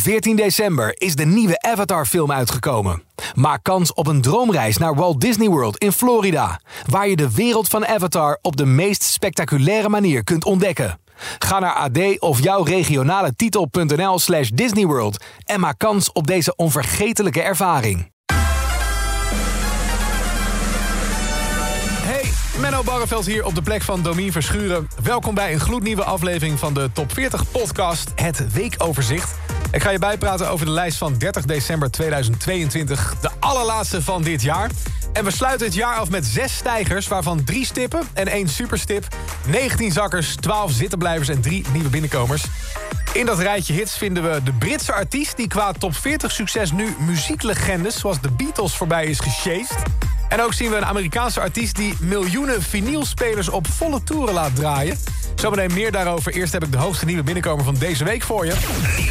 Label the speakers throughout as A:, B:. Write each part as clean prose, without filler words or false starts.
A: 14 december is de nieuwe Avatar-film uitgekomen. Maak kans op een droomreis naar Walt Disney World in Florida, waar je de wereld van Avatar op de meest spectaculaire manier kunt ontdekken. Ga naar AD of jouw regionale titel.nl/Disneyworld en maak kans op deze onvergetelijke ervaring. Hey, Menno Barreveld hier op de plek van Domien Verschuren. Welkom bij een gloednieuwe aflevering van de Top 40 podcast, het Weekoverzicht. Ik ga je bijpraten over de lijst van 30 december 2022, de allerlaatste van dit jaar. En we sluiten het jaar af met 6 stijgers, waarvan 3 stippen en 1 superstip. 19 zakkers, 12 zittenblijvers en 3 nieuwe binnenkomers. In dat rijtje hits vinden we de Britse artiest die qua top 40 succes nu muzieklegendes zoals de Beatles voorbij is gesjeest. En ook zien we een Amerikaanse artiest die miljoenen vinylspelers op volle toeren laat draaien. Zometeen meer daarover. Eerst heb ik de hoogste nieuwe binnenkomer van deze week voor je.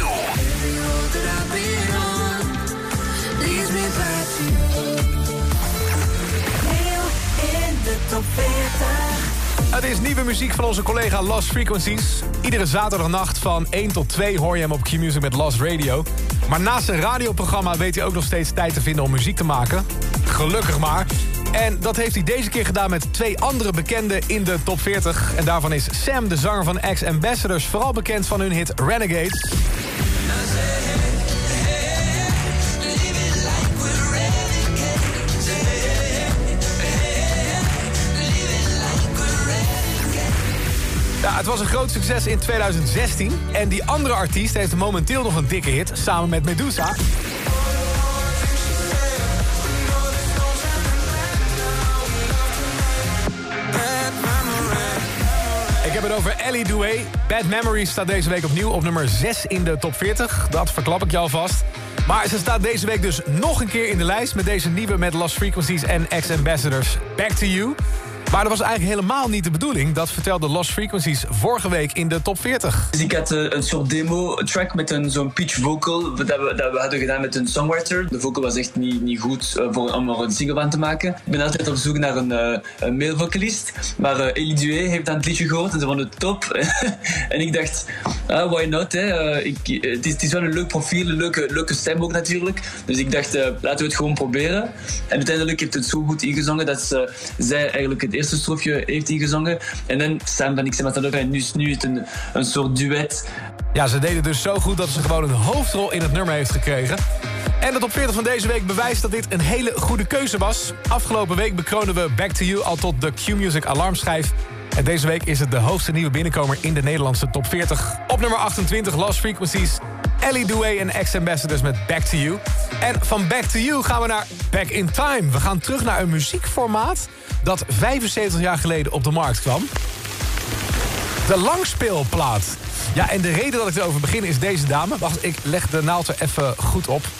A: Het is nieuwe muziek van onze collega Lost Frequencies. Iedere zaterdagnacht van 1 tot 2 hoor je hem op Q-Music met Lost Radio. Maar naast zijn radioprogramma weet hij ook nog steeds tijd te vinden om muziek te maken. Gelukkig maar. En dat heeft hij deze keer gedaan met 2 andere bekenden in de top 40. En daarvan is Sam, de zanger van X Ambassadors, vooral bekend van hun hit Renegades. Ja, het was een groot succes in 2016. En die andere artiest heeft momenteel nog een dikke hit, samen met Medusa. Ik heb het over Ellie Douay. Bad Memories staat deze week opnieuw op nummer 6 in de top 40. Dat verklap ik je alvast. Maar ze staat deze week dus nog een keer in de lijst met deze nieuwe met Lost Frequencies en X Ambassadors, Back to You. Maar dat was eigenlijk helemaal niet de bedoeling. Dat vertelde Lost Frequencies vorige week in de top 40.
B: Dus ik had een soort demo-track met zo'n pitch vocal dat we hadden gedaan met een songwriter. De vocal was echt niet goed om er een single van te maken. Ik ben altijd op zoek naar een male vocalist. Maar Ellie Douay heeft aan het liedje gehoord en ze vond het top. En ik dacht, why not? Hè? Het is wel een leuk profiel, een leuke stem ook natuurlijk. Dus ik dacht, laten we het gewoon proberen. En uiteindelijk heeft het zo goed ingezongen dat zij eigenlijk het eerste strofje heeft ingezongen. En dan Sam van X Ambassadors en nu het een soort duet.
A: Ja, ze deden dus zo goed dat ze gewoon een hoofdrol in het nummer heeft gekregen. En de top 40 van deze week bewijst dat dit een hele goede keuze was. Afgelopen week bekronen we Back to You al tot de Q-Music alarmschijf. En deze week is het de hoogste nieuwe binnenkomer in de Nederlandse top 40. Op nummer 28 Lost Frequencies, Ellie Douay en X Ambassadors met Back to You. En van Back to You gaan we naar Back in Time. We gaan terug naar een muziekformaat dat 75 jaar geleden op de markt kwam. De langspeelplaat. Ja, en de reden dat ik erover begin is deze dame. Wacht, ik leg de naald er even goed op.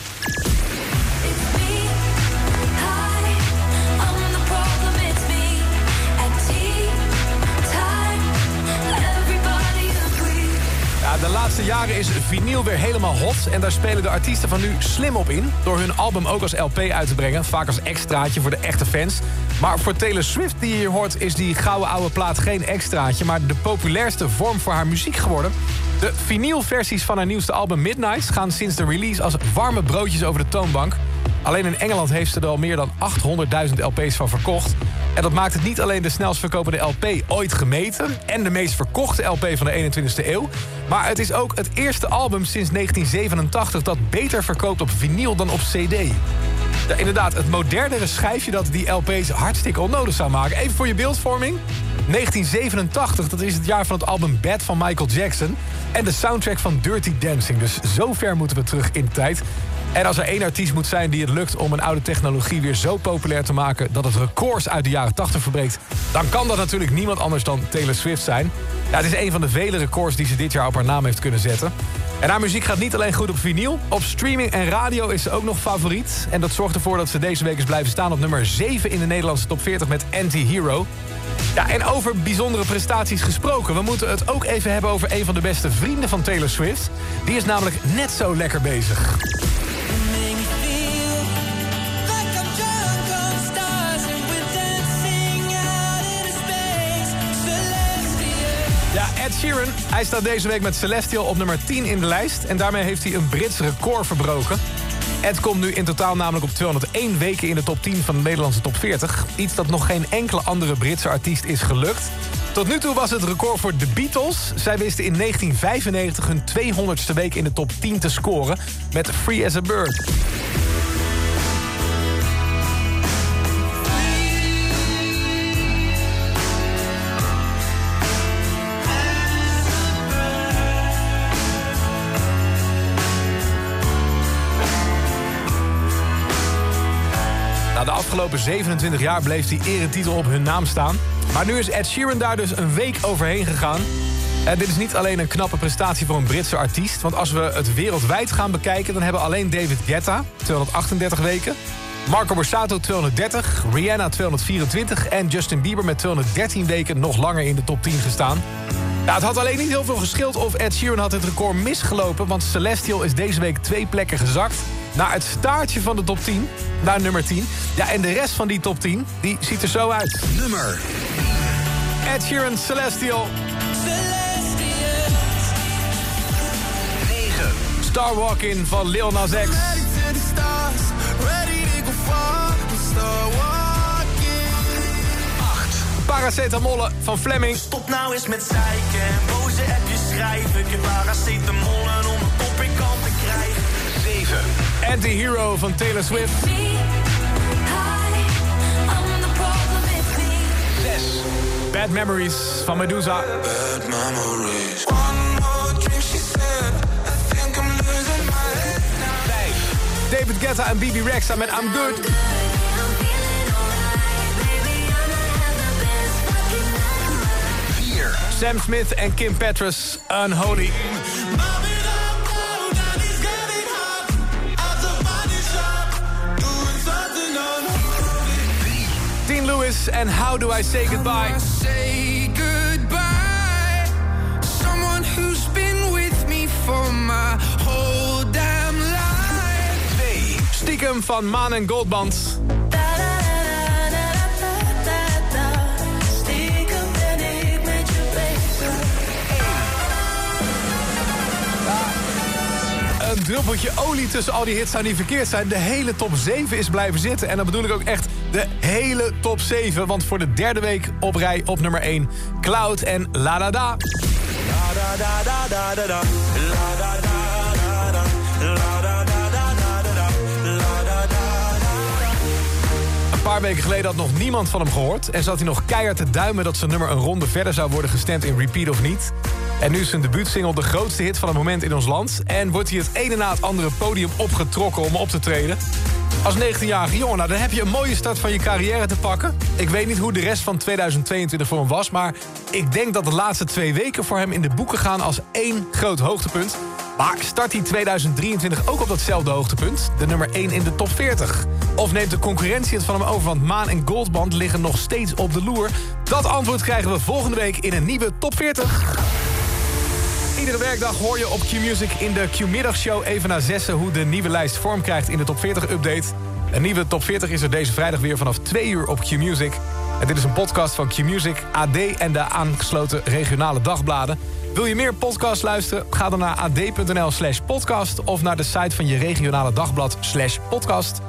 A: De laatste jaren is vinyl weer helemaal hot en daar spelen de artiesten van nu slim op in door hun album ook als LP uit te brengen, vaak als extraatje voor de echte fans. Maar voor Taylor Swift die je hier hoort is die gouden oude plaat geen extraatje, maar de populairste vorm voor haar muziek geworden. De vinylversies van haar nieuwste album Midnights gaan sinds de release als warme broodjes over de toonbank. Alleen in Engeland heeft ze er al meer dan 800.000 LP's van verkocht. En dat maakt het niet alleen de snelst verkopende LP ooit gemeten en de meest verkochte LP van de 21ste eeuw. Maar het is ook het eerste album sinds 1987 dat beter verkoopt op vinyl dan op CD. Ja, inderdaad, het modernere schijfje dat die LP's hartstikke onnodig zou maken. Even voor je beeldvorming. 1987, dat is het jaar van het album Bad van Michael Jackson. En de soundtrack van Dirty Dancing. Dus zo ver moeten we terug in de tijd. En als er één artiest moet zijn die het lukt om een oude technologie weer zo populair te maken dat het records uit de jaren 80 verbreekt, dan kan dat natuurlijk niemand anders dan Taylor Swift zijn. Ja, het is een van de vele records die ze dit jaar op haar naam heeft kunnen zetten. En haar muziek gaat niet alleen goed op vinyl. Op streaming en radio is ze ook nog favoriet. En dat zorgt ervoor dat ze deze week is blijven staan op nummer 7 in de Nederlandse top 40 met Anti-Hero. Ja, en over bijzondere prestaties gesproken. We moeten het ook even hebben over een van de beste vrienden van Taylor Swift. Die is namelijk net zo lekker bezig. Ja, Ed Sheeran, hij staat deze week met Celestial op nummer 10 in de lijst. En daarmee heeft hij een Brits record verbroken. Ed komt nu in totaal namelijk op 201 weken in de top 10 van de Nederlandse top 40. Iets dat nog geen enkele andere Britse artiest is gelukt. Tot nu toe was het record voor de Beatles. Zij wisten in 1995 hun 200ste week in de top 10 te scoren met Free as a Bird. De afgelopen 27 jaar bleef die eretitel op hun naam staan. Maar nu is Ed Sheeran daar dus een week overheen gegaan. Dit is niet alleen een knappe prestatie voor een Britse artiest. Want als we het wereldwijd gaan bekijken, dan hebben alleen David Guetta 238 weken. Marco Borsato 230, Rihanna 224 en Justin Bieber met 213 weken nog langer in de top 10 gestaan. Het had alleen niet heel veel geschild of Ed Sheeran had het record misgelopen, want Celestial is deze week 2 plekken gezakt naar het staartje van de top 10, naar nummer 10. Ja, en de rest van die top 10, die ziet er zo uit.
C: Nummer
A: Ed Sheeran, Celestial.
C: 9.
A: Star Walkin' van Lil Nas X. Paracetamol van Fleming.
D: Stop nou eens met zeiken en boze appjes schrijven. Ik heb paracetamollen om een kop in kant te krijgen.
C: 7.
A: Anti-Hero van Taylor Swift.
C: 6.
A: Bad Memories van Medusa.
D: Bad memories. One more drink, she said. I think I'm losing my head now.
A: 5. David Guetta en BB Rexha met I'm Good.
C: 4.
A: Sam Smith en Kim Petras, Unholy. 3. Lewis en How Do I Say Goodbye.
E: Say goodbye, someone who's been with me for my whole damn life.
A: 2. Stiekem van Maan en Goldband.
E: Stiekem ben ik met je bezig.
A: Een druppeltje olie tussen al die hits zou niet verkeerd zijn. De hele top 7 is blijven zitten. En dan bedoel ik ook echt de hele top 7. Want voor de derde week op rij op nummer 1... Cloud en La Da Da. Een paar weken geleden had nog niemand van hem gehoord. En zat hij nog keihard te duimen dat zijn nummer een ronde verder zou worden gestemd in Repeat of niet. En nu is zijn debuutsingle de grootste hit van het moment in ons land. En wordt hij het ene na het andere podium opgetrokken om op te treden. Als 19-jarige jongen, nou, dan heb je een mooie start van je carrière te pakken. Ik weet niet hoe de rest van 2022 voor hem was, maar ik denk dat de laatste 2 weken voor hem in de boeken gaan als 1 groot hoogtepunt. Maar start hij 2023 ook op datzelfde hoogtepunt? De nummer 1 in de top 40? Of neemt de concurrentie het van hem over, want Maan en Goldband liggen nog steeds op de loer? Dat antwoord krijgen we volgende week in een nieuwe top 40. Iedere werkdag hoor je op Q-Music in de Q-middagshow even na 6 hoe de nieuwe lijst vorm krijgt in de top 40 update. Een nieuwe top 40 is er deze vrijdag weer vanaf 2 uur op Q-Music. En dit is een podcast van Q-Music, AD en de aangesloten regionale dagbladen. Wil je meer podcasts luisteren? Ga dan naar ad.nl/podcast of naar de site van je regionale dagblad /podcast.